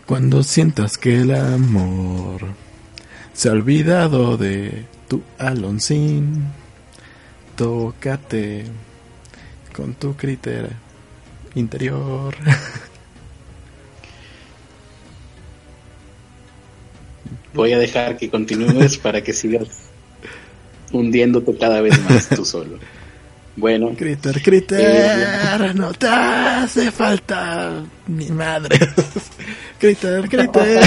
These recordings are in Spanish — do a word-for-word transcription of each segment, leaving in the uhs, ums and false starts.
Cuando sientas que el amor se ha olvidado de tu aloncín, tócate con tu criterio interior. Voy a dejar que continúes para que sigas hundiéndote cada vez más tú solo. Bueno, Critter, Critter, eh, no te hace falta mi madre. Critter, Critter.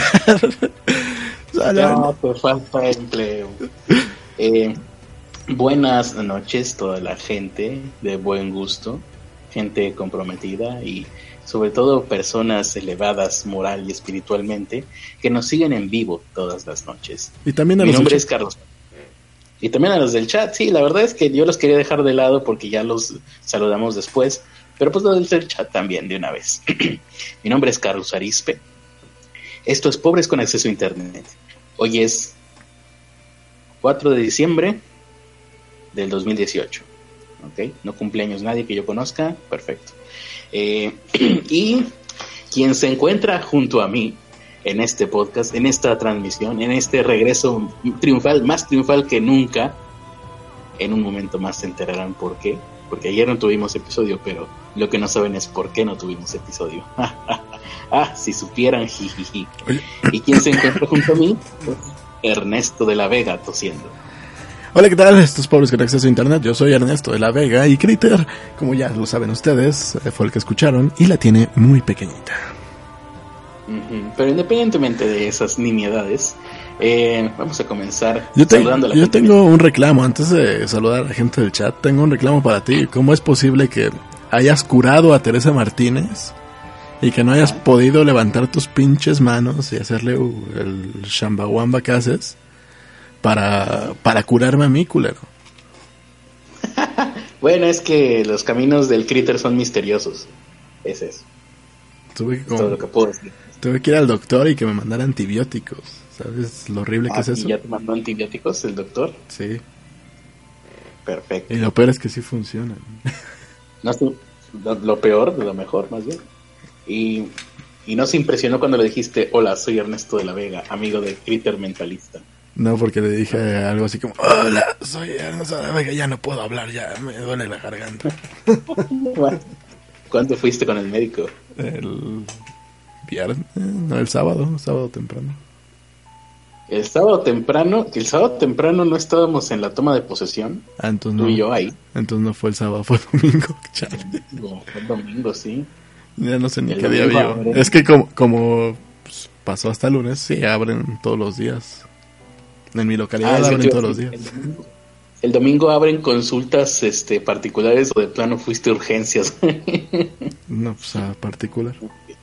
No te falta empleo. Eh, buenas noches toda la gente de buen gusto, gente comprometida y sobre todo personas elevadas moral y espiritualmente que nos siguen en vivo todas las noches. Y también a Mi los nombre del es Carlos. Y también a los del chat, sí, la verdad es que yo los quería dejar de lado porque ya los saludamos después, pero pues los del chat también de una vez. Mi nombre es Carlos Arispe. Esto es Pobres con Acceso a Internet. Hoy es cuatro de diciembre del dos mil dieciocho. ¿Ok? No cumpleaños nadie que yo conozca. Perfecto. Eh, y quien se encuentra junto a mí en este podcast, en esta transmisión, en este regreso triunfal, más triunfal que nunca. En un momento más se enterarán por qué, porque ayer no tuvimos episodio, pero lo que no saben es por qué no tuvimos episodio. Ah, si supieran, jijiji. ¿Y quién se encuentra junto a mí? Pues Ernesto de la Vega tosiendo. Hola, ¿qué tal? Estos Pobres con Acceso a Internet. Yo soy Ernesto de la Vega y Critter, como ya lo saben ustedes, fue el que escucharon y la tiene muy pequeñita. Uh-huh. Pero independientemente de esas nimiedades, eh, vamos a comenzar yo te, saludando a la yo gente. Yo tengo un reclamo, antes de saludar a la gente del chat, tengo un reclamo para ti. ¿Cómo es posible que hayas curado a Teresa Martínez y que no hayas ah. podido levantar tus pinches manos y hacerle uh, el shambawamba que haces para, para curarme a mí, culero? Bueno, es que los caminos del Critter son misteriosos. Es eso. Tuve que, como, todo lo que puedo decir. Tuve que ir al doctor y que me mandara antibióticos. ¿Sabes lo horrible ah, que es eso? ¿Y ya te mandó antibióticos el doctor? Sí. Perfecto. Y lo peor es que sí funcionan. No, lo peor de lo mejor, más bien. Y, y no se impresionó cuando le dijiste: hola, soy Ernesto de la Vega, amigo de Critter Mentalista. No, porque le dije algo así como: hola, soy Ernesto de la Vega, ya no puedo hablar, ya me duele la garganta. ¿Cuándo fuiste con el médico? El viernes, no, el sábado, el sábado temprano. El sábado temprano, que el sábado temprano no estábamos en la toma de posesión. Ah, entonces tú no, y yo ahí. Entonces no fue el sábado, fue el domingo. No, fue el domingo, sí. Ya no sé ni el qué día vivo. Es que como, como pues, pasó hasta el lunes, sí, abren todos los días. En mi localidad ah, abren todos los días. El domingo, el domingo abren consultas este, particulares o de plano fuiste a urgencias. No, pues a particular.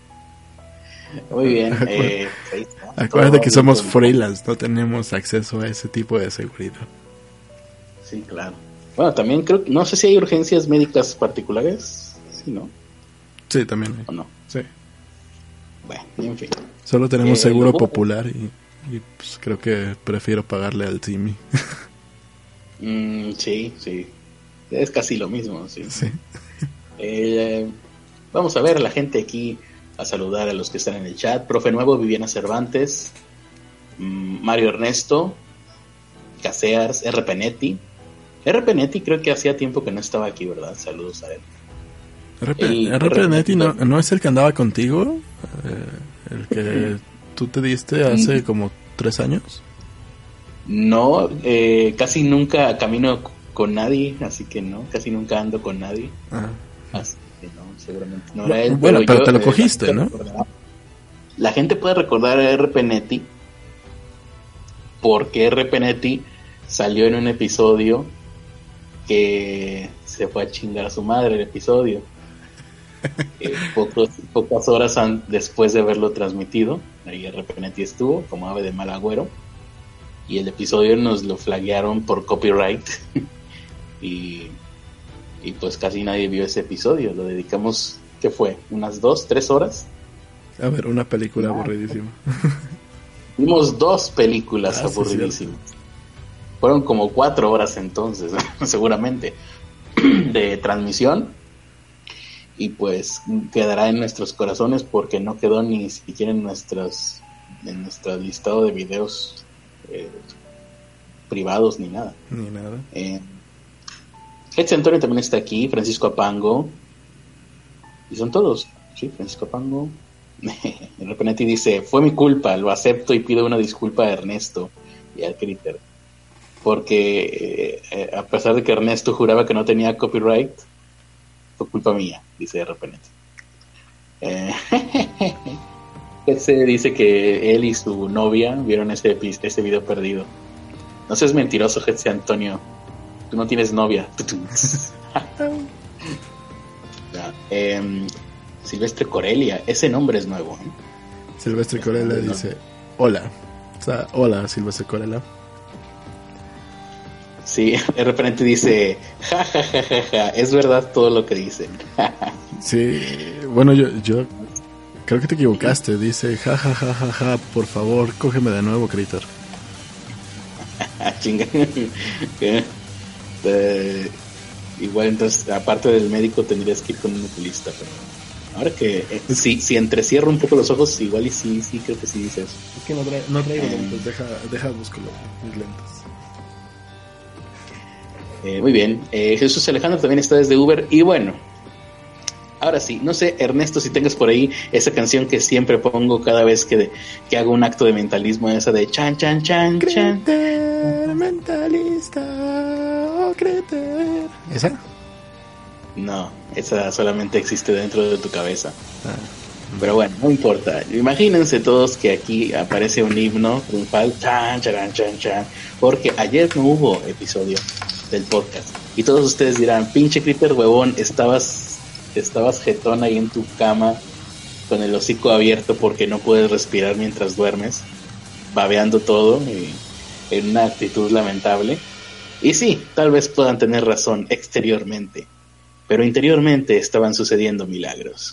Muy bien. Acuérdate, eh, acuérdate que somos freelance, no tenemos acceso a ese tipo de seguridad. Sí, claro. Bueno, también creo que, no sé si hay urgencias médicas particulares, sí, ¿no? Sí, también hay. ¿O no? Sí. Bueno, en fin. Solo tenemos eh, seguro luego, popular y, y pues creo que prefiero pagarle al Simi. mm, sí, sí. Es casi lo mismo, sí. Sí. Eh, vamos a ver a la gente aquí, a saludar a los que están en el chat. Profe Nuevo, Viviana Cervantes, Mario Ernesto, Casears, R. Penetti. R. Penetti creo que hacía tiempo que no estaba aquí, ¿verdad? Saludos a él. R. P- R. Penetti no, no es el que andaba contigo, eh, el que tú te diste hace como tres años. No, eh, casi nunca camino con nadie, así que no, casi nunca ando con nadie. Ajá. Así que no, seguramente no era él. Bueno, pero, pero yo, te lo eh, cogiste, la ¿no? Recordará. La gente puede recordar a R. Penetti porque R. Penetti salió en un episodio que se fue a chingar a su madre el episodio. eh, pocos, pocas horas an- después de haberlo transmitido, ahí R. Penetti estuvo como ave de mal agüero y el episodio nos lo flaguearon por copyright y, y pues casi nadie vio ese episodio. Lo dedicamos, ¿qué fue? ¿Unas dos, tres horas? A ver, una película ah, aburridísima. Vimos dos películas ah, aburridísimas. Sí, fueron como cuatro horas entonces, seguramente, de transmisión. y pues quedará en nuestros corazones porque no quedó ni siquiera en nuestros en nuestro listado de videos eh, privados ni nada. Ni nada. Eh, Hetze Antonio también está aquí, Francisco Apango, y son todos, sí, Francisco Apango. Repenetti dice, fue mi culpa, lo acepto y pido una disculpa a Ernesto y al Critter, porque eh, a pesar de que Ernesto juraba que no tenía copyright, fue culpa mía, dice Repenetti. Eh, Hetze dice que él y su novia vieron ese, ese video perdido. No seas mentiroso, Hetze Antonio, tú no tienes novia. No, eh, Silvestre Corelia, ese nombre es nuevo, ¿eh? Silvestre Corelia dice, hola. O sea, hola, Silvestre Corelia. Sí, de repente dice, ja, ja, ja, ja, ja, es verdad todo lo que dicen. Sí, bueno, yo, yo creo que te equivocaste. Dice, ja, ja, ja, ja, ja, por favor, cógeme de nuevo, Critter. Chinga. eh, igual, entonces, aparte del médico, tendrías que ir con un oculista, pero... Ahora que eh, si, si entrecierro un poco los ojos, igual y sí, sí, creo que sí dice eso. Es que no, tra- no traigo eh, lentes, deja, deja busco mis lentes. Eh, muy bien, eh, Jesús Alejandro también está desde Uber. Y bueno, ahora sí, no sé, Ernesto, si tengas por ahí esa canción que siempre pongo cada vez que, de, que hago un acto de mentalismo, esa de chan, chan, chan, chan. Critter, mentalista, oh, Critter. ¿Esa? No, esa solamente existe dentro de tu cabeza. Ah. Pero bueno, no importa. Imagínense todos que aquí aparece un himno triunfal, chan, chan, chan, chan, porque ayer no hubo episodio del podcast. Y todos ustedes dirán, pinche Critter huevón, estabas, estabas jetón ahí en tu cama con el hocico abierto porque no puedes respirar mientras duermes, babeando todo y en una actitud lamentable. Y sí, tal vez puedan tener razón exteriormente, pero interiormente estaban sucediendo milagros.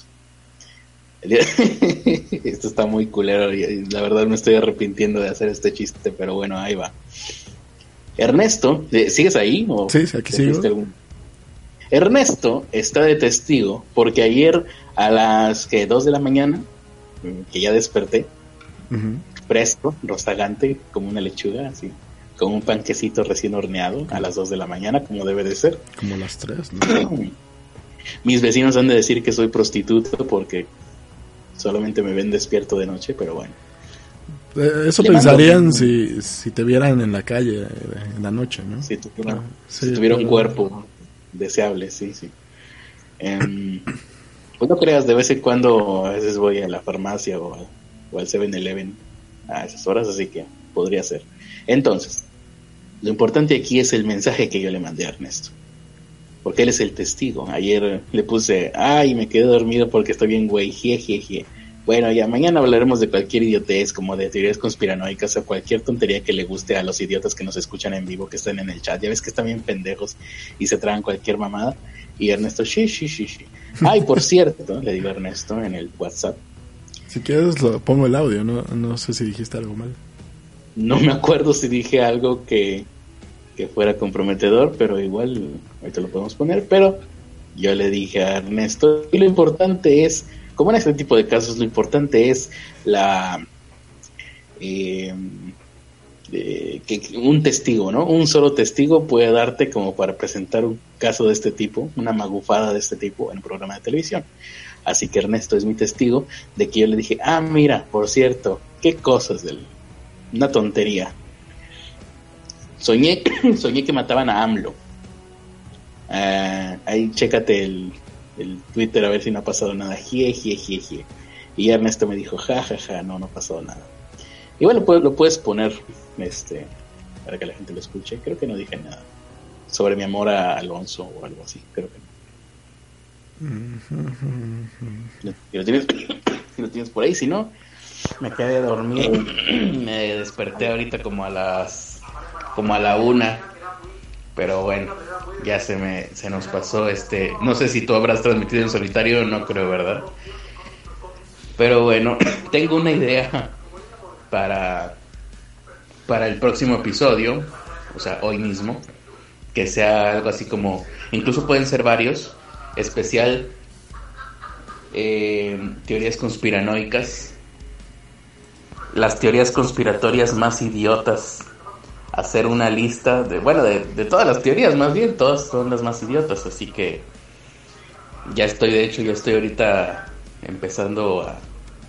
Esto está muy culero y la verdad me estoy arrepintiendo de hacer este chiste, pero bueno, ahí va. Ernesto, ¿sigues ahí? ¿O sí, aquí sigo. Algún... Ernesto está de testigo porque ayer a las que dos de la mañana, que ya desperté, uh-huh. presto, rozagante, como una lechuga, así, con un panquecito recién horneado a las dos de la mañana, como debe de ser. Como las tres, ¿no? Mis vecinos han de decir que soy prostituto porque solamente me ven despierto de noche, pero bueno. Eh, eso Le pensarían mando... si, si te vieran en la calle en la noche, ¿no? Si tuviera, ah, sí, si tuviera pero... un cuerpo deseable, sí, sí. Um, pues no creas, de vez en cuando a veces voy a la farmacia o, a, o al seven eleven a esas horas, así que podría ser. Entonces, lo importante aquí es el mensaje que yo le mandé a Ernesto, porque él es el testigo. Ayer le puse, ay, me quedé dormido porque estoy bien güey, je, je, je. Bueno, ya mañana hablaremos de cualquier idiotez, como de teorías conspiranoicas o cualquier tontería que le guste a los idiotas que nos escuchan en vivo, que están en el chat. Ya ves que están bien pendejos y se tragan cualquier mamada. Y Ernesto, sí, sí, sí, sí. Ay, por cierto, le digo a Ernesto en el WhatsApp. Si quieres lo pongo el audio, no, no sé si dijiste algo mal. No me acuerdo si dije algo que, que fuera comprometedor, pero igual ahorita lo podemos poner. Pero yo le dije a Ernesto, y lo importante es, como en este tipo de casos, lo importante es la eh, eh, que un testigo, ¿no? Un solo testigo puede darte como para presentar un caso de este tipo, una magufada de este tipo en un programa de televisión. Así que Ernesto es mi testigo de que yo le dije, ah, mira, por cierto, qué cosas del... una tontería. Soñé, soñé que mataban a AMLO. Uh, ahí chécate el, el Twitter a ver si no ha pasado nada. Jie, jie, jie, jie. Y Ernesto me dijo, ja, ja, ja, no, no ha pasado nada. Y bueno, pues, lo puedes poner este para que la gente lo escuche. Creo que no dije nada sobre mi amor a Alonso o algo así. Creo que no. Si lo tienes, si lo tienes por ahí, si no, me quedé dormido. Me desperté ahorita como a las como a la una. Pero bueno, ya se me se nos pasó este. No sé si tú habrás transmitido en solitario, no creo, ¿verdad? Pero bueno, tengo una idea para para el próximo episodio, o sea, hoy mismo, que sea algo así como, incluso pueden ser varios, especial eh, teorías conspiranoicas, las teorías conspiratorias más idiotas, hacer una lista de, bueno, de, de todas las teorías, más bien, todas son las más idiotas, así que ya estoy, de hecho, ya estoy ahorita empezando a,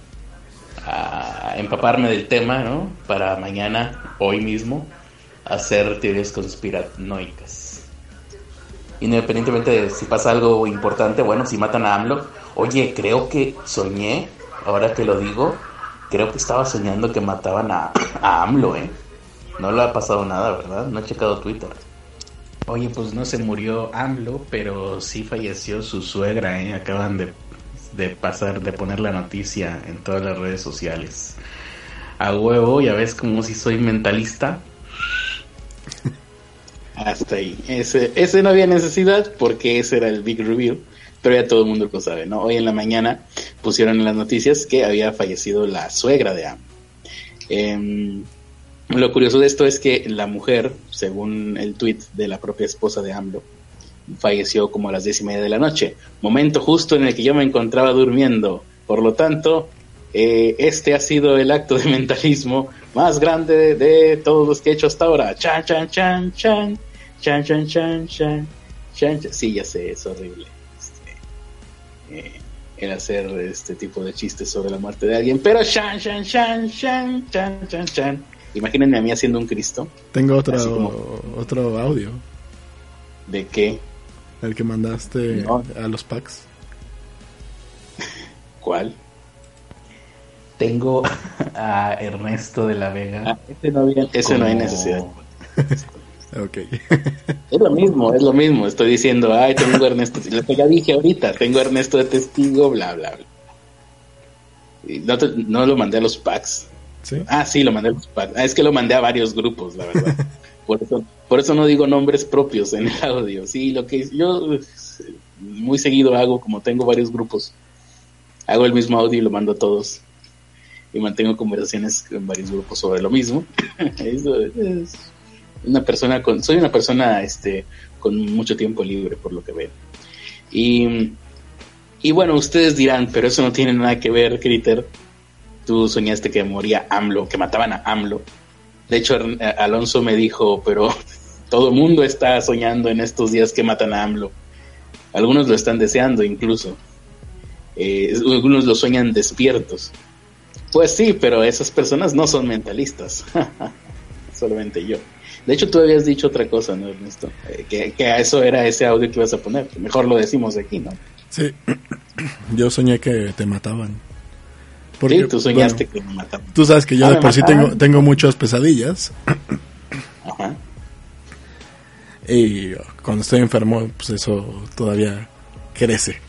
a empaparme del tema, ¿no? Para mañana, hoy mismo, hacer teorías conspiranoicas. Independientemente de si pasa algo importante, bueno, si matan a AMLO, oye, creo que soñé, ahora que lo digo, creo que estaba soñando que mataban a, a AMLO, ¿eh? No le ha pasado nada, ¿verdad? No he checado Twitter. Oye, pues no se murió AMLO, pero sí falleció su suegra, ¿eh? Acaban de, de pasar, de poner la noticia en todas las redes sociales. A huevo, ya ves como si soy mentalista. Hasta ahí. Ese, ese no había necesidad porque ese era el big reveal, pero ya todo el mundo lo sabe, ¿no? Hoy en la mañana pusieron en las noticias que había fallecido la suegra de AMLO. Eh, lo curioso de esto es que la mujer, según el tweet de la propia esposa de AMLO, falleció como a las diez y media de la noche, momento justo en el que yo me encontraba durmiendo. Por lo tanto, eh, este ha sido el acto de mentalismo más grande de, de todos los que he hecho hasta ahora. Chan, chan, chan, chan, chan, chan, chan, chan, chan, chan. Sí, ya sé, es horrible. Este, eh, el hacer este tipo de chistes sobre la muerte de alguien, pero chan, chan, chan, chan, chan, chan, chan. Imagínense a mí haciendo un Cristo. Tengo otro, como, otro audio. ¿De qué? El que mandaste no. a los packs. ¿Cuál? Tengo a Ernesto de la Vega. Ah, ese no, había, ese como... no hay necesidad. Ok. Es lo mismo, es lo mismo. Estoy diciendo, ay, tengo a Ernesto. Lo que ya dije ahorita, tengo a Ernesto de testigo, bla, bla, bla. Y no, te, no lo mandé a los packs. ¿Sí? Ah, sí, lo mandé a los packs. Ah, es que lo mandé a varios grupos, la verdad. Por eso, por eso no digo nombres propios en el audio. Sí, lo que yo muy seguido hago, como tengo varios grupos, hago el mismo audio y lo mando a todos. Y mantengo conversaciones en varios grupos sobre lo mismo. Eso es una persona con, soy una persona este con mucho tiempo libre, por lo que veo. Y, y bueno, ustedes dirán, pero eso no tiene nada que ver, Critter. Tú soñaste que moría AMLO, que mataban a AMLO. De hecho, Alonso me dijo, pero todo el mundo está soñando en estos días que matan a AMLO. Algunos lo están deseando incluso. Eh, algunos lo sueñan despiertos. Pues sí, pero esas personas no son mentalistas. Solamente yo. De hecho, tú habías dicho otra cosa, ¿no, Ernesto? Eh, que, que a eso era ese audio que ibas a poner. Mejor lo decimos aquí, ¿no? Sí. Yo soñé que te mataban. Porque, sí, tú soñaste bueno, que me mataban. Tú sabes que yo ah, de por sí tengo, tengo muchas pesadillas. Ajá. Y cuando estoy enfermo, pues eso todavía crece.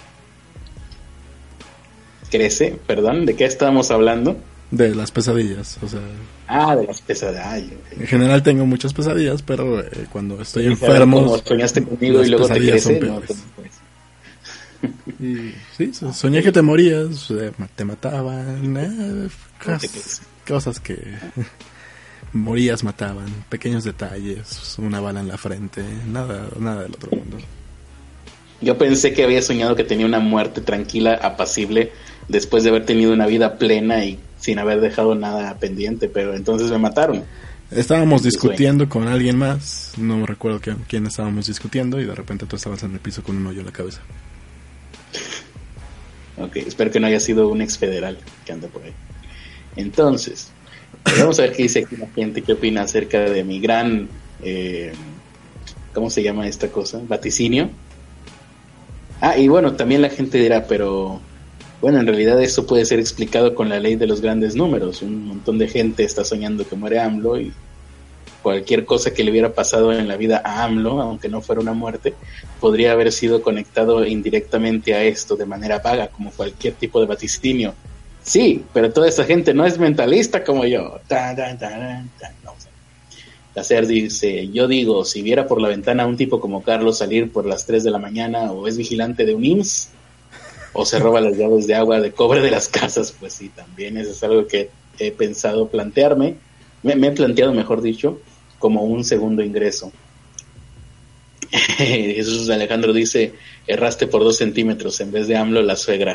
¿Crece? Perdón, ¿de qué estábamos hablando? De las pesadillas, o sea... Ah, de las pesadillas. En general tengo muchas pesadillas, pero eh, cuando estoy enfermo... Como soñaste conmigo y luego te crece, no, pues, y, sí, soñé que te morías, te mataban, eh, cosas, cosas que morías, mataban, pequeños detalles, una bala en la frente, nada, nada del otro mundo. Yo pensé que había soñado que tenía una muerte tranquila, apacible, después de haber tenido una vida plena y sin haber dejado nada pendiente, pero entonces me mataron. Estábamos discutiendo con alguien más, no me recuerdo quién, quién estábamos discutiendo, y de repente tú estabas en el piso con un hoyo en la cabeza. Ok, espero que no haya sido un ex federal que anda por ahí. Entonces, vamos a ver qué dice aquí la gente, qué opina acerca de mi gran, eh, ¿cómo se llama esta cosa? Vaticinio. Ah, y bueno, también la gente dirá, pero bueno, en realidad eso puede ser explicado con la ley de los grandes números. Un montón de gente está soñando que muere AMLO y cualquier cosa que le hubiera pasado en la vida a AMLO, aunque no fuera una muerte, podría haber sido conectado indirectamente a esto de manera vaga, como cualquier tipo de vaticinio. Sí, pero toda esa gente no es mentalista como yo. Ta, ta, ta, ta, ta. No, o sea, Cacer dice, yo digo, si viera por la ventana a un tipo como Carlos salir por las tres de la mañana, o es vigilante de un I M S S, o se roba las llaves de agua de cobre de las casas, pues sí, también eso es algo que he pensado plantearme, me, me he planteado, mejor dicho, como un segundo ingreso. Jesús Alejandro dice, erraste por dos centímetros, en vez de AMLO la suegra.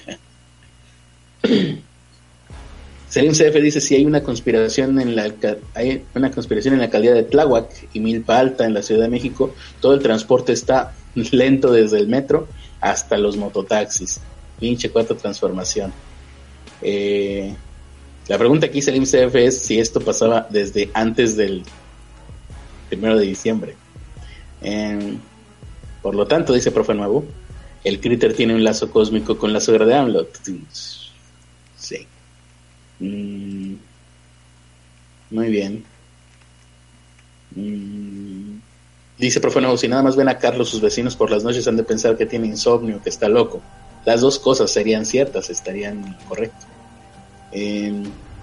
Selim C F dice, si hay una conspiración en la hay una conspiración en la alcaldía de Tláhuac y Milpa Alta en la Ciudad de México, todo el transporte está lento desde el metro hasta los mototaxis. Pinche cuarta transformación. Eh, la pregunta aquí, Selim C F, es si esto pasaba desde antes del primero de diciembre. Eh, por lo tanto, dice Profe Nuevo, el Critter tiene un lazo cósmico con la suegra de AMLO. Sí. Mm, muy bien. Mm, dice Profe Nuevo, si nada más ven a Carlos sus vecinos por las noches han de pensar que tiene insomnio, que está loco. Las dos cosas serían ciertas, estarían correctas. Eh,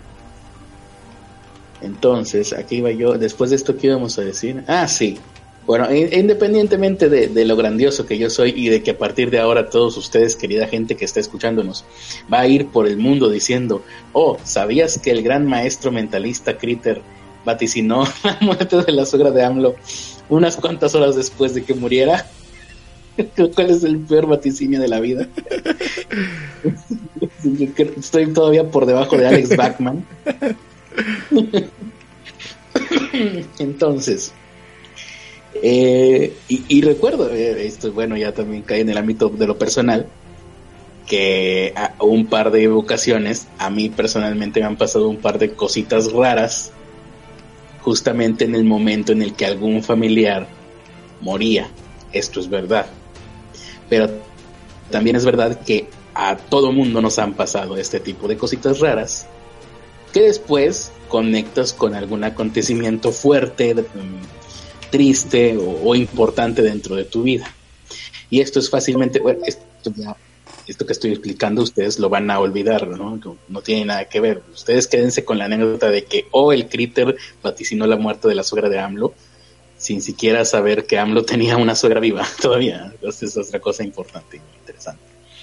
entonces, aquí iba yo. Después de esto, ¿qué íbamos a decir? Ah, sí. Bueno, independientemente de, de lo grandioso que yo soy y de que a partir de ahora todos ustedes, querida gente que está escuchándonos, va a ir por el mundo diciendo, oh, ¿sabías que el gran maestro mentalista Critter vaticinó la muerte de la suegra de AMLO unas cuantas horas después de que muriera? ¿Cuál es el peor vaticinio de la vida? Estoy todavía por debajo de Alex Bachman. Entonces... Eh, y, y recuerdo, eh, esto bueno, ya también cae en el ámbito de lo personal, que a un par de ocasiones a mí personalmente me han pasado un par de cositas raras, justamente en el momento en el que algún familiar moría. Esto es verdad, pero también es verdad que a todo mundo nos han pasado este tipo de cositas raras que después conectas con algún acontecimiento fuerte, de, triste o, o importante dentro de tu vida. Y esto es fácilmente, bueno, esto, ya, esto que estoy explicando ustedes lo van a olvidar, ¿no? No tiene nada que ver. Ustedes quédense con la anécdota de que oh, el Critter vaticinó la muerte de la suegra de AMLO sin siquiera saber que AMLO tenía una suegra viva todavía. Entonces es otra cosa importante y interesante.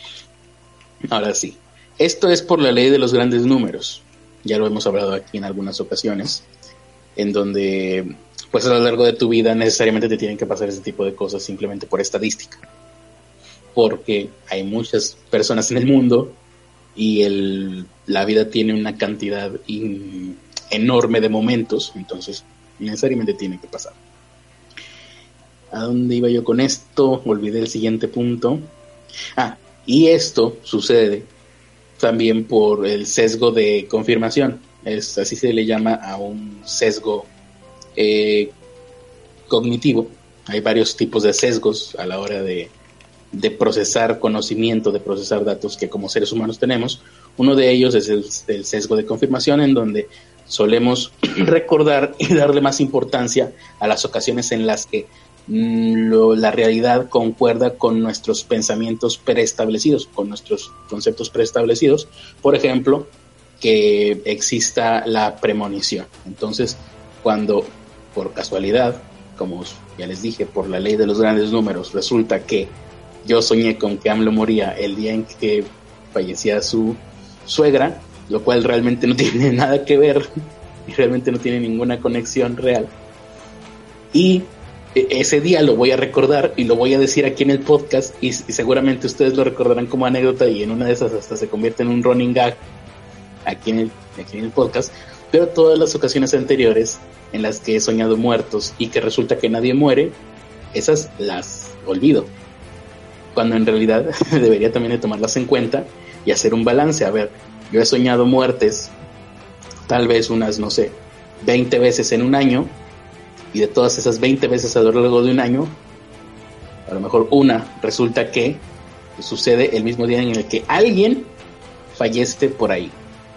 Ahora sí, esto es por la ley de los grandes números. Ya lo hemos hablado aquí en algunas ocasiones, en donde pues a lo largo de tu vida necesariamente te tienen que pasar ese tipo de cosas simplemente por estadística, porque hay muchas personas en el mundo y el, la vida tiene una cantidad in, enorme de momentos, entonces necesariamente tiene que pasar. ¿A dónde iba yo con esto? Olvidé el siguiente punto. Ah, y esto sucede también por el sesgo de confirmación. Es, así se le llama a un sesgo Eh, cognitivo. Hay varios tipos de sesgos a la hora de, de procesar conocimiento, de procesar datos que como seres humanos tenemos. Uno de ellos es el, el sesgo de confirmación, en donde solemos recordar y darle más importancia a las ocasiones en las que mm, lo, la realidad concuerda con nuestros pensamientos preestablecidos, con nuestros conceptos preestablecidos. Por ejemplo, que exista la premonición. Entonces, cuando por casualidad, como ya les dije, por la ley de los grandes números, resulta que yo soñé con que AMLO moría el día en que fallecía su suegra, lo cual realmente no tiene nada que ver y realmente no tiene ninguna conexión real. Y ese día lo voy a recordar y lo voy a decir aquí en el podcast y, y seguramente ustedes lo recordarán como anécdota y en una de esas hasta se convierte en un running gag aquí en el, aquí en el podcast. Pero todas las ocasiones anteriores en las que he soñado muertos y que resulta que nadie muere, esas las olvido, cuando en realidad debería también de tomarlas en cuenta y hacer un balance. A ver, yo he soñado muertes tal vez unas, no sé, veinte veces en un año, y de todas esas veinte veces a lo largo de un año, a lo mejor una resulta que sucede el mismo día en el que alguien fallece por ahí.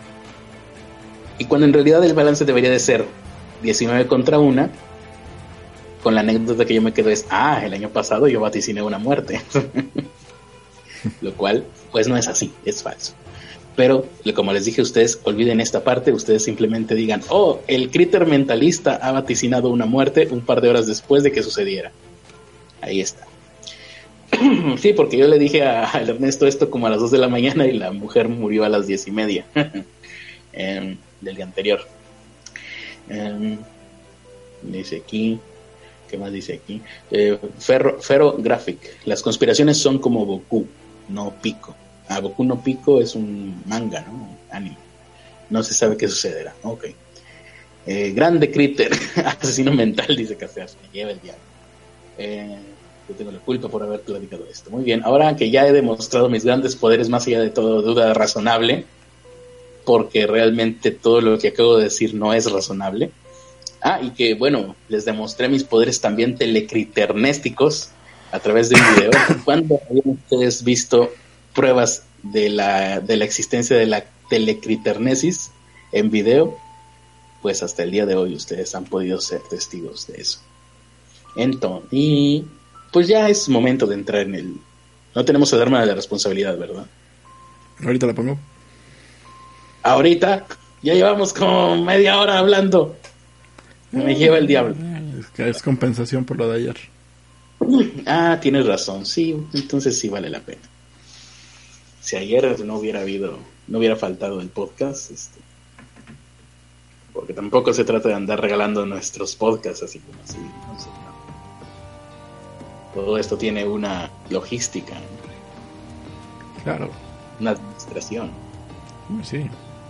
Y cuando en realidad el balance debería de ser diecinueve contra una, con la anécdota que yo me quedo es, ah, el año pasado yo vaticiné una muerte. Lo cual, pues no es así, es falso. Pero, como les dije a ustedes, olviden esta parte, ustedes simplemente digan, oh, el Critter mentalista ha vaticinado una muerte un par de horas después de que sucediera. Ahí está. Sí, porque yo le dije a, a Ernesto esto como a las dos de la mañana y la mujer murió a las diez y media. eh, del día anterior. Um, dice aquí, ¿Qué más dice aquí? Eh, Ferro, Ferro Graphic. Las conspiraciones son como Boku, no Pico. Ah, Boku no Pico es un manga, ¿no? Anime. No se sabe qué sucederá. Ok. Eh, grande Critter. Asesino mental, dice Caseas. Me lleva el diablo. Eh, yo tengo la culpa por haber platicado esto. Muy bien. Ahora que ya he demostrado mis grandes poderes más allá de toda duda razonable, porque realmente todo lo que acabo de decir no es razonable. Ah, y que, bueno, les demostré mis poderes también telecritternésticos a través de un video. ¿Cuándo habían ustedes visto pruebas de la, de la existencia de la telecriternesis en video? Pues hasta el día de hoy ustedes han podido ser testigos de eso. Entonces, y pues ya es momento de entrar en el... No tenemos el arma de la responsabilidad, ¿verdad? Ahorita la pongo. Ahorita, ya llevamos como media hora hablando. Me lleva el diablo. Es que es compensación por lo de ayer. Ah, tienes razón. Sí, entonces sí vale la pena. Si ayer no hubiera habido, no hubiera faltado el podcast, este, porque tampoco se trata de andar regalando nuestros podcasts así como así. No sé, no. Todo esto tiene una logística, ¿no? Claro. Una administración. Sí.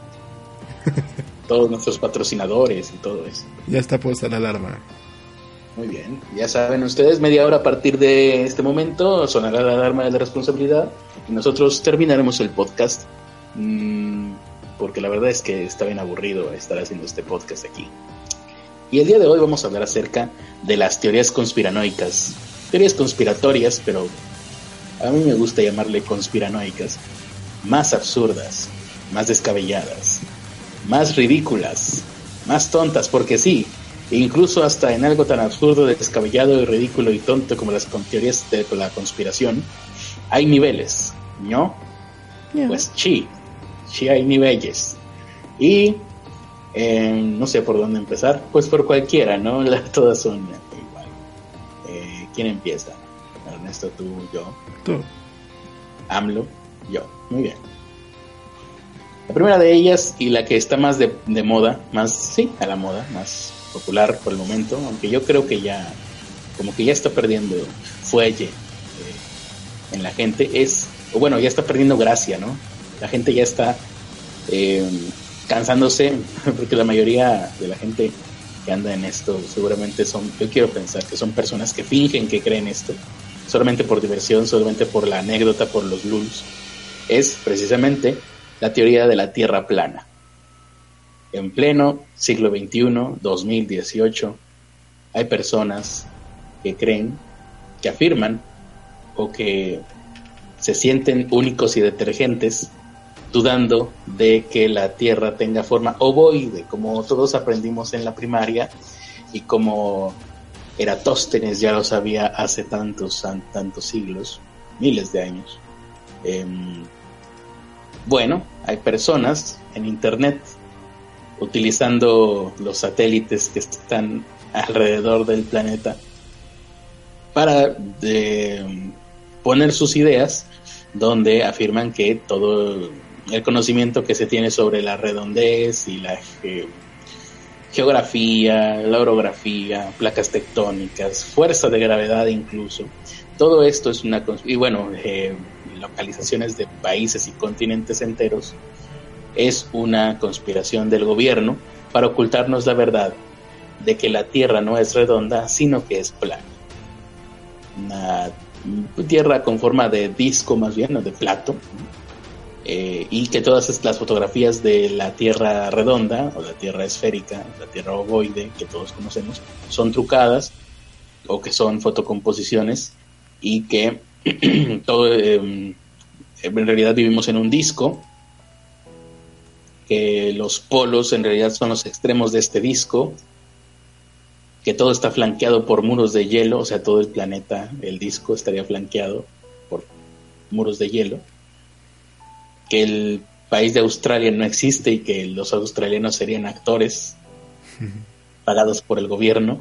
Todos nuestros patrocinadores y todo eso. Ya está puesta la alarma. Muy bien, ya saben ustedes, media hora a partir de este momento sonará la alarma de la responsabilidad y nosotros terminaremos el podcast, mmm, porque la verdad es que está bien aburrido estar haciendo este podcast aquí. Y el día de hoy vamos a hablar acerca de las teorías conspiranoicas, teorías conspiratorias, pero a mí me gusta llamarle conspiranoicas, más absurdas, más descabelladas, más ridículas, más tontas, porque sí, incluso hasta en algo tan absurdo, descabellado y ridículo y tonto como las teorías de la conspiración, hay niveles, ¿no? Yeah. Pues sí, sí hay niveles. Y eh, no sé por dónde empezar, pues por cualquiera, ¿no? Todas son igual. Eh, ¿Quién empieza? Ernesto, tú, yo. Tú. AMLO, yo. Muy bien. La primera de ellas, y la que está más de, de moda, más, sí, a la moda, más popular por el momento, aunque yo creo que ya, como que ya está perdiendo fuelle eh, en la gente, es, o bueno, ya está perdiendo gracia, ¿no? La gente ya está eh, cansándose, porque la mayoría de la gente que anda en esto seguramente son, yo quiero pensar que son personas que fingen que creen esto, solamente por diversión, solamente por la anécdota, por los lulz. Es precisamente la teoría de la Tierra plana. En pleno siglo veintiuno, dos mil dieciocho, hay personas que creen, que afirman o que se sienten únicos y detergentes, dudando de que la Tierra tenga forma ovoide, como todos aprendimos en la primaria y como Eratóstenes ya lo sabía hace tantos, tantos siglos, miles de años. Eh, Bueno, hay personas en internet utilizando los satélites que están alrededor del planeta para de, poner sus ideas, donde afirman que todo el conocimiento que se tiene sobre la redondez y la ge- geografía, la orografía, placas tectónicas, fuerza de gravedad incluso, todo esto es una... Y bueno, eh, localizaciones de países y continentes enteros, es una conspiración del gobierno para ocultarnos la verdad de que la Tierra no es redonda, sino que es plana. Una Tierra con forma de disco, más bien, o de plato, eh, y que todas las fotografías de la Tierra redonda, o la Tierra esférica, la Tierra ovoide, que todos conocemos, son trucadas, o que son fotocomposiciones, y que todo, eh, en realidad vivimos en un disco, que los polos en realidad son los extremos de este disco, que todo está flanqueado por muros de hielo, o sea, todo el planeta, el disco estaría flanqueado por muros de hielo, que el país de Australia no existe y que los australianos serían actores pagados por el gobierno.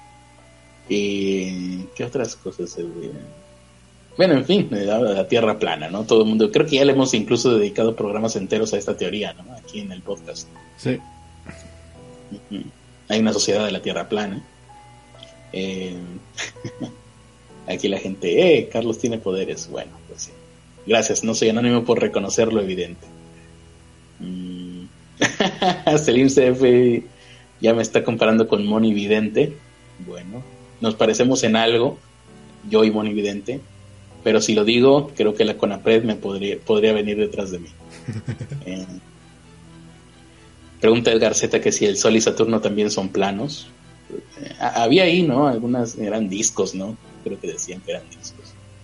Y ¿qué otras cosas se ven? Bueno, en fin, la, la Tierra plana, ¿no? Todo el mundo, creo que ya le hemos incluso dedicado programas enteros a esta teoría, ¿no? Aquí en el podcast. Sí. Uh-huh. Hay una sociedad de la Tierra plana. Eh, aquí la gente, eh, Carlos tiene poderes. Bueno, pues sí. Gracias, no soy anónimo por reconocer lo evidente. Mm. Selim C F ya me está comparando con Moni Vidente. Bueno, nos parecemos en algo, yo y Moni Vidente. Pero si lo digo, creo que la CONAPRED me podría, podría venir detrás de mí. eh, pregunta Edgar Z que si el Sol y Saturno también son planos. Eh, había ahí, ¿no? Algunas eran discos, ¿no? Creo que decían que eran discos.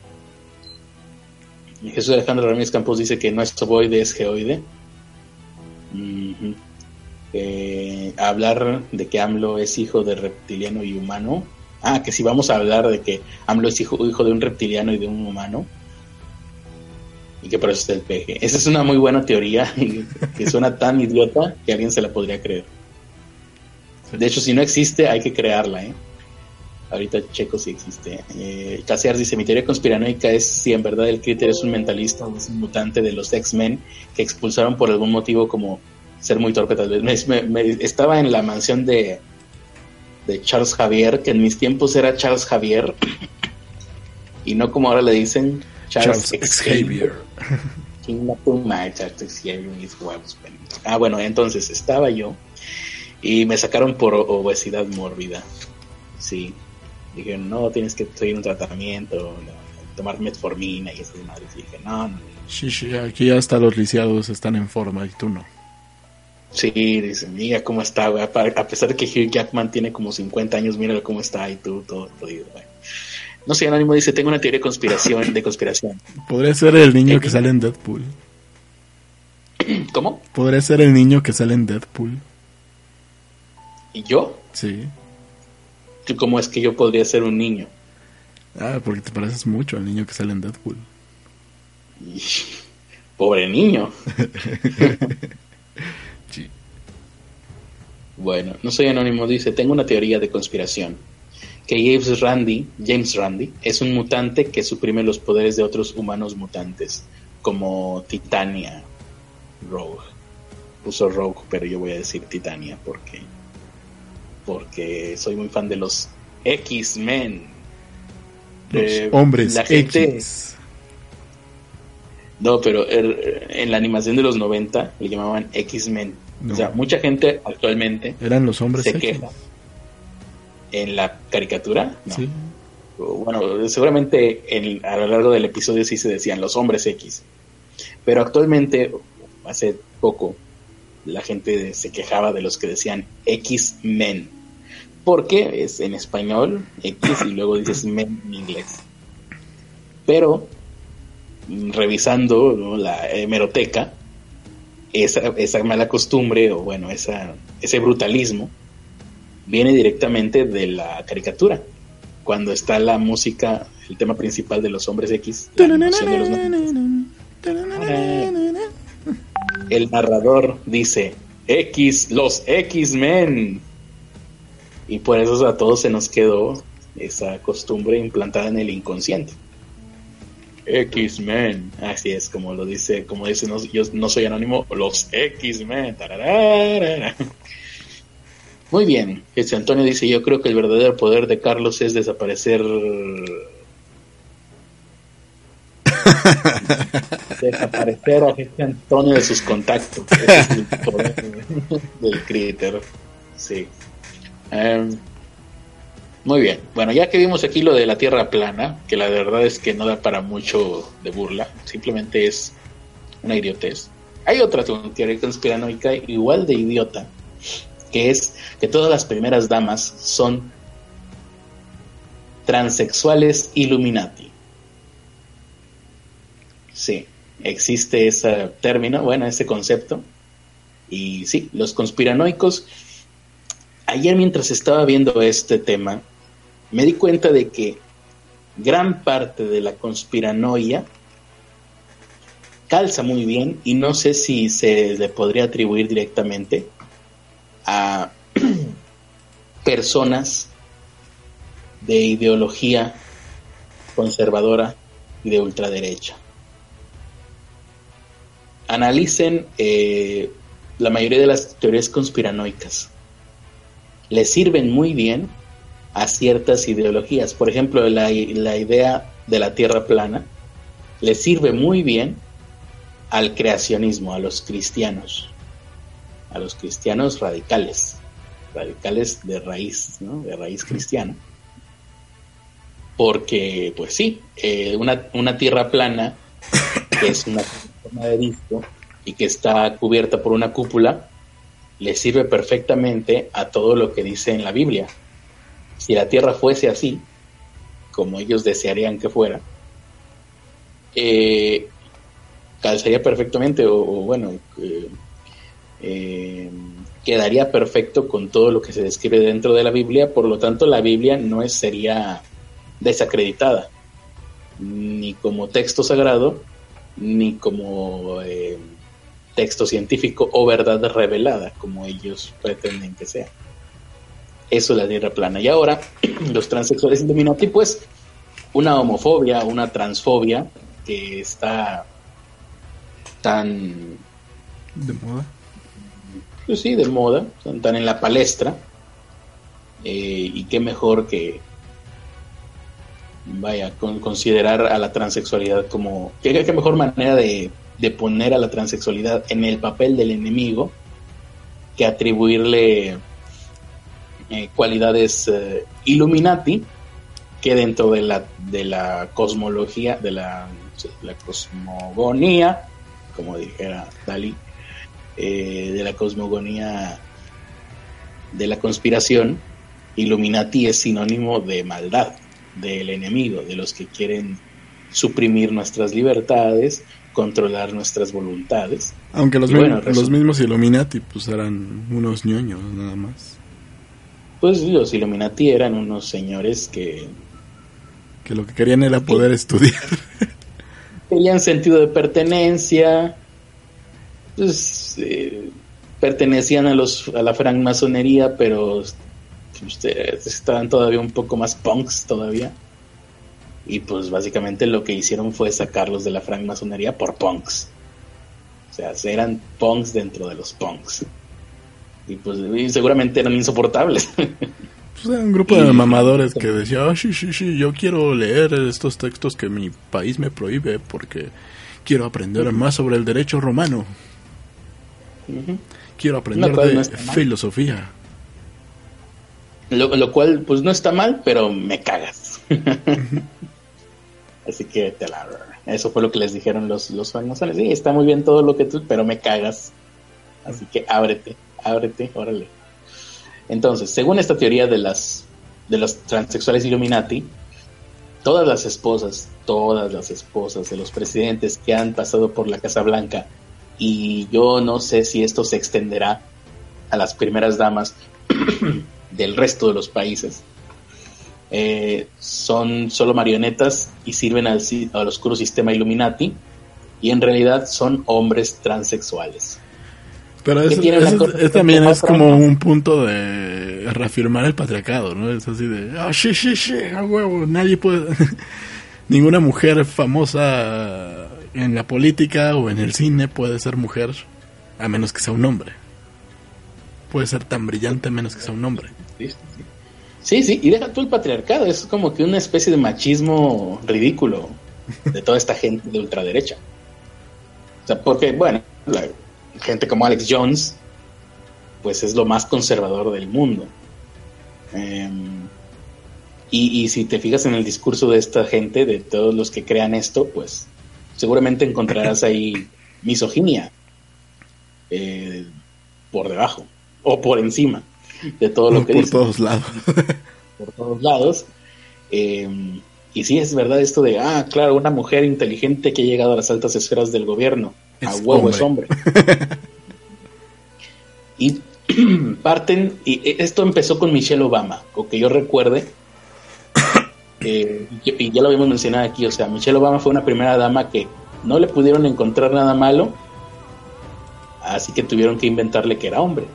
Jesús Alejandro Ramírez Campos dice que no es ovoide, es geoide. Uh-huh. Eh, hablar de que AMLO es hijo de reptiliano y humano. Ah, que si vamos a hablar de que AMLO es hijo, hijo de un reptiliano y de un humano. Y que por eso está el peje. Esa es una muy buena teoría. Que suena tan idiota que alguien se la podría creer. De hecho, si no existe, hay que crearla, ¿eh? Ahorita checo si existe. Eh, Casears dice, mi teoría conspiranoica es si en verdad el Critter es un mentalista o es un mutante de los X-Men que expulsaron por algún motivo, como ser muy torpe tal vez. Me, me, me, estaba en la mansión de de Charles Xavier, que en mis tiempos era Charles Xavier y no como ahora le dicen Charles, Charles Xavier. Ah, bueno, entonces estaba yo y me sacaron por obesidad mórbida. Sí, dijeron, no, tienes que seguir un tratamiento, no, tomar metformina y esas madres. Y dije, no, no. Sí, sí, aquí hasta los lisiados están en forma y tú no. Sí, dicen, mira cómo está, güey. A pesar de que Hugh Jackman tiene como cincuenta años, míralo cómo está y tú todo jodido, güey. No sé, Anónimo dice, tengo una teoría de conspiración, de conspiración. Podría ser el niño que sale en Deadpool. ¿Cómo? Podría ser el niño que sale en Deadpool. ¿Y yo? Sí. ¿Cómo es que yo podría ser un niño? Ah, porque te pareces mucho al niño que sale en Deadpool. Y... pobre niño. Sí. Bueno, no soy anónimo, dice, tengo una teoría de conspiración. Que James Randi, James Randi es un mutante que suprime los poderes de otros humanos mutantes, como Titania, Rogue. Puso Rogue, pero yo voy a decir Titania porque porque soy muy fan de los X-Men. Los eh, hombres la gente, X. No, pero er, en la animación de los noventa le llamaban X-Men. No. O sea, mucha gente actualmente eran los hombres se X. queja. En la caricatura, no. Sí. Bueno, seguramente en, a lo largo del episodio sí se decían los hombres X. Pero actualmente, hace poco, la gente se quejaba de los que decían X-Men. Porque es en español X y luego dices men en inglés. Pero, revisando, ¿no?, la hemeroteca, esa, esa mala costumbre, o bueno, esa, ese brutalismo, viene directamente de la caricatura. Cuando está la música, el tema principal de los hombres X, la animación de los noventa, el narrador dice X, los X-Men, y por eso a todos se nos quedó esa costumbre implantada en el inconsciente. X-Men, así es como lo dice, como dice, no, yo no soy anónimo, los X-Men. Tararara. Muy bien, este Antonio dice, yo creo que el verdadero poder de Carlos es desaparecer desaparecer a este Antonio de sus contactos. Ese es el poder del Critter. Sí. Um, muy bien, bueno, ya que vimos aquí lo de la Tierra plana, que la verdad es que no da para mucho de burla, simplemente es una idiotez. Hay otra teoría conspiranoica igual de idiota, que es que todas las primeras damas son transexuales Illuminati. Sí, existe ese término, bueno, ese concepto. Y sí, los conspiranoicos, ayer mientras estaba viendo este tema, me di cuenta de que gran parte de la conspiranoia calza muy bien, y no sé si se le podría atribuir directamente a personas de ideología conservadora y de ultraderecha. Analicen eh, la mayoría de las teorías conspiranoicas. Les sirven muy bien a ciertas ideologías. Por ejemplo, la, la idea de la tierra plana le sirve muy bien al creacionismo, a los cristianos, a los cristianos radicales, radicales de raíz, ¿no? De raíz cristiana. Porque, pues sí, eh, una, una tierra plana, que es una forma de disco y que está cubierta por una cúpula, le sirve perfectamente a todo lo que dice en la Biblia. Si la tierra fuese así, como ellos desearían que fuera, eh, calzaría perfectamente, o, o bueno, eh, eh, quedaría perfecto con todo lo que se describe dentro de la Biblia. Por lo tanto, la Biblia no es, sería desacreditada, ni como texto sagrado, ni como eh, texto científico o verdad revelada, como ellos pretenden que sea. Eso es la tierra plana. Y ahora, los transexuales Illuminati, pues, una homofobia, una transfobia que está tan... ¿De moda? Pues sí, de moda, tan, tan en la palestra. Eh, y qué mejor que... Vaya, con, considerar a la transexualidad como... Qué, qué mejor manera de, de poner a la transexualidad en el papel del enemigo que atribuirle... Eh, cualidades eh, Illuminati que dentro de la de la cosmología de la, la cosmogonía, como dijera Dalí, eh, de la cosmogonía de la conspiración, Illuminati es sinónimo de maldad, del enemigo, de los que quieren suprimir nuestras libertades, controlar nuestras voluntades. Aunque los, y bueno, mismos, los mismos Illuminati pues eran unos ñoños nada más. Pues los Illuminati eran unos señores que... Que lo que querían era poder que estudiar. Tenían sentido de pertenencia, pues eh, pertenecían a los a la francmasonería, pero ustedes estaban todavía un poco más punks todavía. Y pues básicamente lo que hicieron fue sacarlos de la francmasonería por punks. O sea, eran punks dentro de los punks. Y pues y seguramente eran insoportables. Pues era un grupo de mamadores que decía, oh, sí, sí, sí, yo quiero leer estos textos que mi país me prohíbe porque quiero aprender uh-huh. más sobre el derecho romano. Uh-huh. Quiero aprender no, de no filosofía. Lo, lo cual, pues no está mal, pero me cagas. Uh-huh. Así que te la... Eso fue lo que les dijeron los, los francmasones. Sí, está muy bien todo lo que tú, pero me cagas. Así que ábrete. Ábrete, órale. Entonces, según esta teoría de las de los transexuales Illuminati, todas las esposas, todas las esposas de los presidentes que han pasado por la Casa Blanca, y yo no sé si esto se extenderá a las primeras damas del resto de los países, eh, son solo marionetas y sirven al, al oscuro sistema Illuminati, y en realidad son hombres transexuales. Pero eso, eso, eso también es como un punto de reafirmar el patriarcado, ¿no? Es así de, ah, oh, sí, sí, sí, a huevo, nadie puede, ninguna mujer famosa en la política o en el cine puede ser mujer a menos que sea un hombre. Puede ser tan brillante a menos que sea un hombre. Sí, sí. Sí, sí, y deja tú el patriarcado, es como que una especie de machismo ridículo de toda esta gente de ultraderecha. O sea, porque, bueno, la gente como Alex Jones, pues es lo más conservador del mundo. Eh, y, y si te fijas en el discurso de esta gente, de todos los que crean esto, pues seguramente encontrarás ahí misoginia eh, por debajo o por encima de todo lo que por dicen. Por todos lados. Por todos lados. Eh, y sí es verdad esto de, ah, claro, una mujer inteligente que ha llegado a las altas esferas del gobierno. A Es huevo hombre. es hombre. Y parten, y esto empezó con Michelle Obama, o que yo recuerde, eh, y ya lo habíamos mencionado aquí, o sea, Michelle Obama fue una primera dama que no le pudieron encontrar nada malo, así que tuvieron que inventarle que era hombre.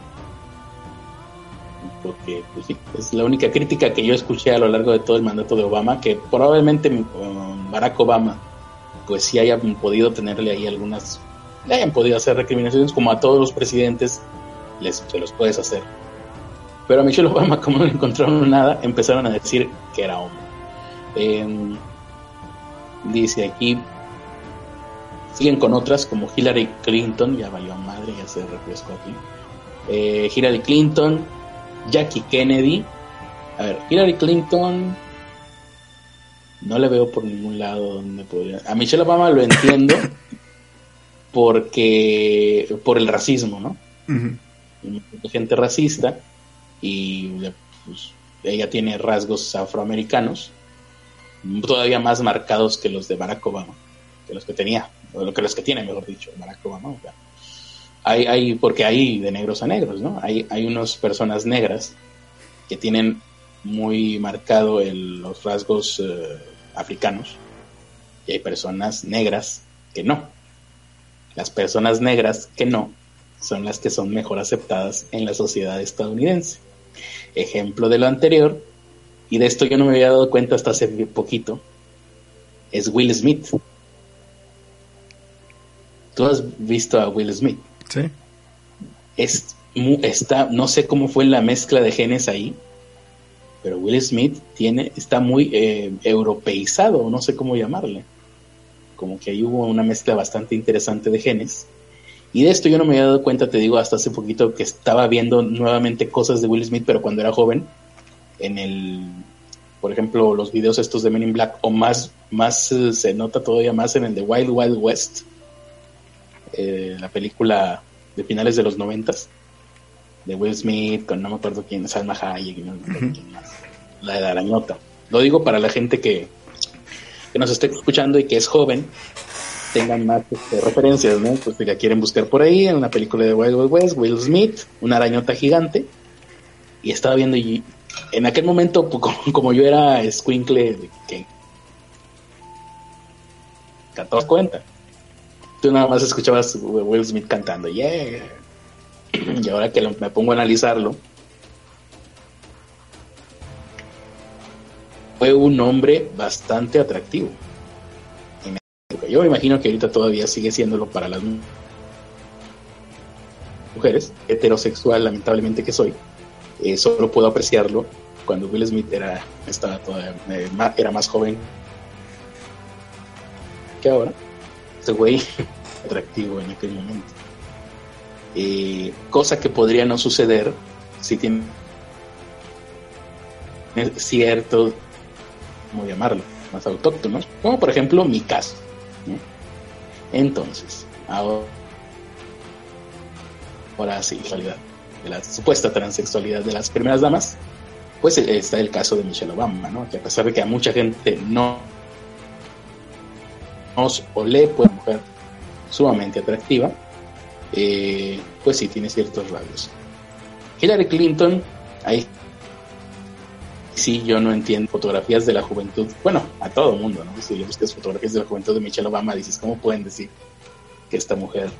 Porque pues, sí, es la única crítica que yo escuché a lo largo de todo el mandato de Obama, que probablemente um, Barack Obama pues sí hayan podido tenerle ahí algunas, le hayan podido hacer recriminaciones, como a todos los presidentes les, se los puedes hacer, Pero a Michelle Obama, como no le encontraron nada, empezaron a decir que era hombre. Eh, dice aquí, siguen con otras como Hillary Clinton, ya valió madre, ya se refrescó aquí. Eh, Hillary Clinton, Jackie Kennedy. A ver, Hillary Clinton no le veo por ningún lado donde podría. A Michelle Obama lo entiendo porque por el racismo, ¿no? Uh-huh. Gente racista y pues, ella tiene rasgos afroamericanos todavía más marcados que los de Barack Obama, que los que tenía, o lo que los que tiene, mejor dicho, Barack Obama. O sea, hay, hay, porque hay de negros a negros, ¿no? Hay, hay unas personas negras que tienen muy marcado el, los rasgos eh, africanos, y hay personas negras que no. Las personas negras que no son las que son mejor aceptadas en la sociedad estadounidense. Ejemplo de lo anterior, y de esto yo no me había dado cuenta hasta hace poquito, es Will Smith. ¿Tú has visto a Will Smith? Sí. Es, está, no sé cómo fue la mezcla de genes ahí, pero Will Smith tiene, está muy eh, europeizado, no sé cómo llamarle. Como que ahí hubo una mezcla bastante interesante de genes. Y de esto yo no me había dado cuenta, te digo, hasta hace poquito que estaba viendo nuevamente cosas de Will Smith, pero cuando era joven, en el, por ejemplo, los videos estos de Men in Black, o más, más eh, se nota todavía más en el de Wild Wild West, eh, la película de finales de los noventas, de Will Smith, con no me acuerdo quién, Salma Hayek, no me acuerdo quién más, la de la arañota. Lo digo para la gente que, que nos esté escuchando y que es joven, tengan más este, referencias, ¿no? Pues si la quieren buscar por ahí, en una película de Wild Wild West, Will Smith, una arañota gigante, y estaba viendo, y en aquel momento, pues, como, como yo era escuincle de que catorce cuenta, tú nada más escuchabas Will Smith cantando, yeah, y ahora que lo, me pongo a analizarlo, fue un hombre bastante atractivo. Yo me imagino que ahorita todavía sigue siéndolo para las mujeres, heterosexual lamentablemente que soy, eh, solo puedo apreciarlo cuando Will Smith era, estaba todavía, eh, más, era más joven que ahora. Ese güey atractivo en aquel momento. Eh, cosa que podría no suceder si tiene cierto, ¿cómo llamarlo?, más autóctonos, como por ejemplo mi caso, ¿no? Entonces, ahora, ahora sí, realidad de la supuesta transexualidad de las primeras damas, pues está el caso de Michelle Obama, ¿no? Que a pesar de que a mucha gente no nos o le puede mujer sumamente atractiva, eh, pues sí tiene ciertos rasgos. Hillary Clinton, ahí sí yo no entiendo fotografías de la juventud, bueno, a todo mundo, ¿no? Si le buscas fotografías de la juventud de Michelle Obama, dices, ¿cómo pueden decir que esta mujer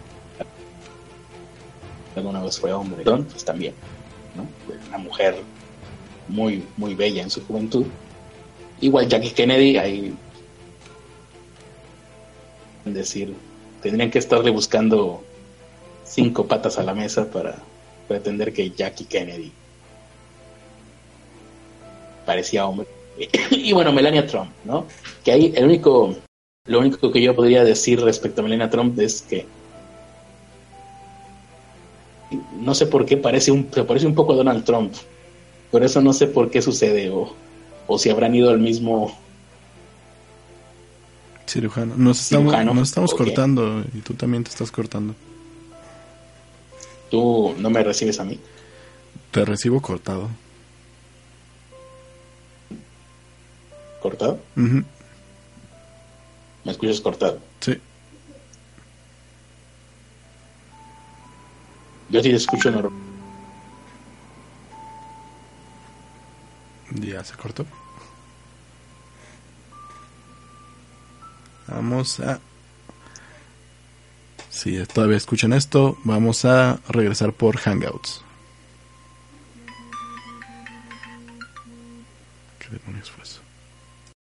alguna vez fue hombre? Pues también, ¿no? Una mujer muy, muy bella en su juventud. Igual Jackie Kennedy, ahí decir, tendrían que estarle buscando cinco patas a la mesa para pretender que Jackie Kennedy parecía hombre. Y bueno, Melania Trump, ¿no? Que ahí el único, lo único que yo podría decir respecto a Melania Trump es que no sé por qué parece un, se parece un poco a Donald Trump, por eso no sé por qué sucede, o, o si habrán ido al mismo cirujano. Nos estamos, cirujano, nos estamos okay. cortando, y tú también te estás cortando. ¿Tú no me recibes a mí? Te recibo cortado. ¿Cortado? Uh-huh. ¿Me escuchas cortado? Sí. Yo sí te escucho normal. Ya se cortó. Vamos a... Si todavía escuchan esto, vamos a regresar por Hangouts. ¿Qué demonios fue eso?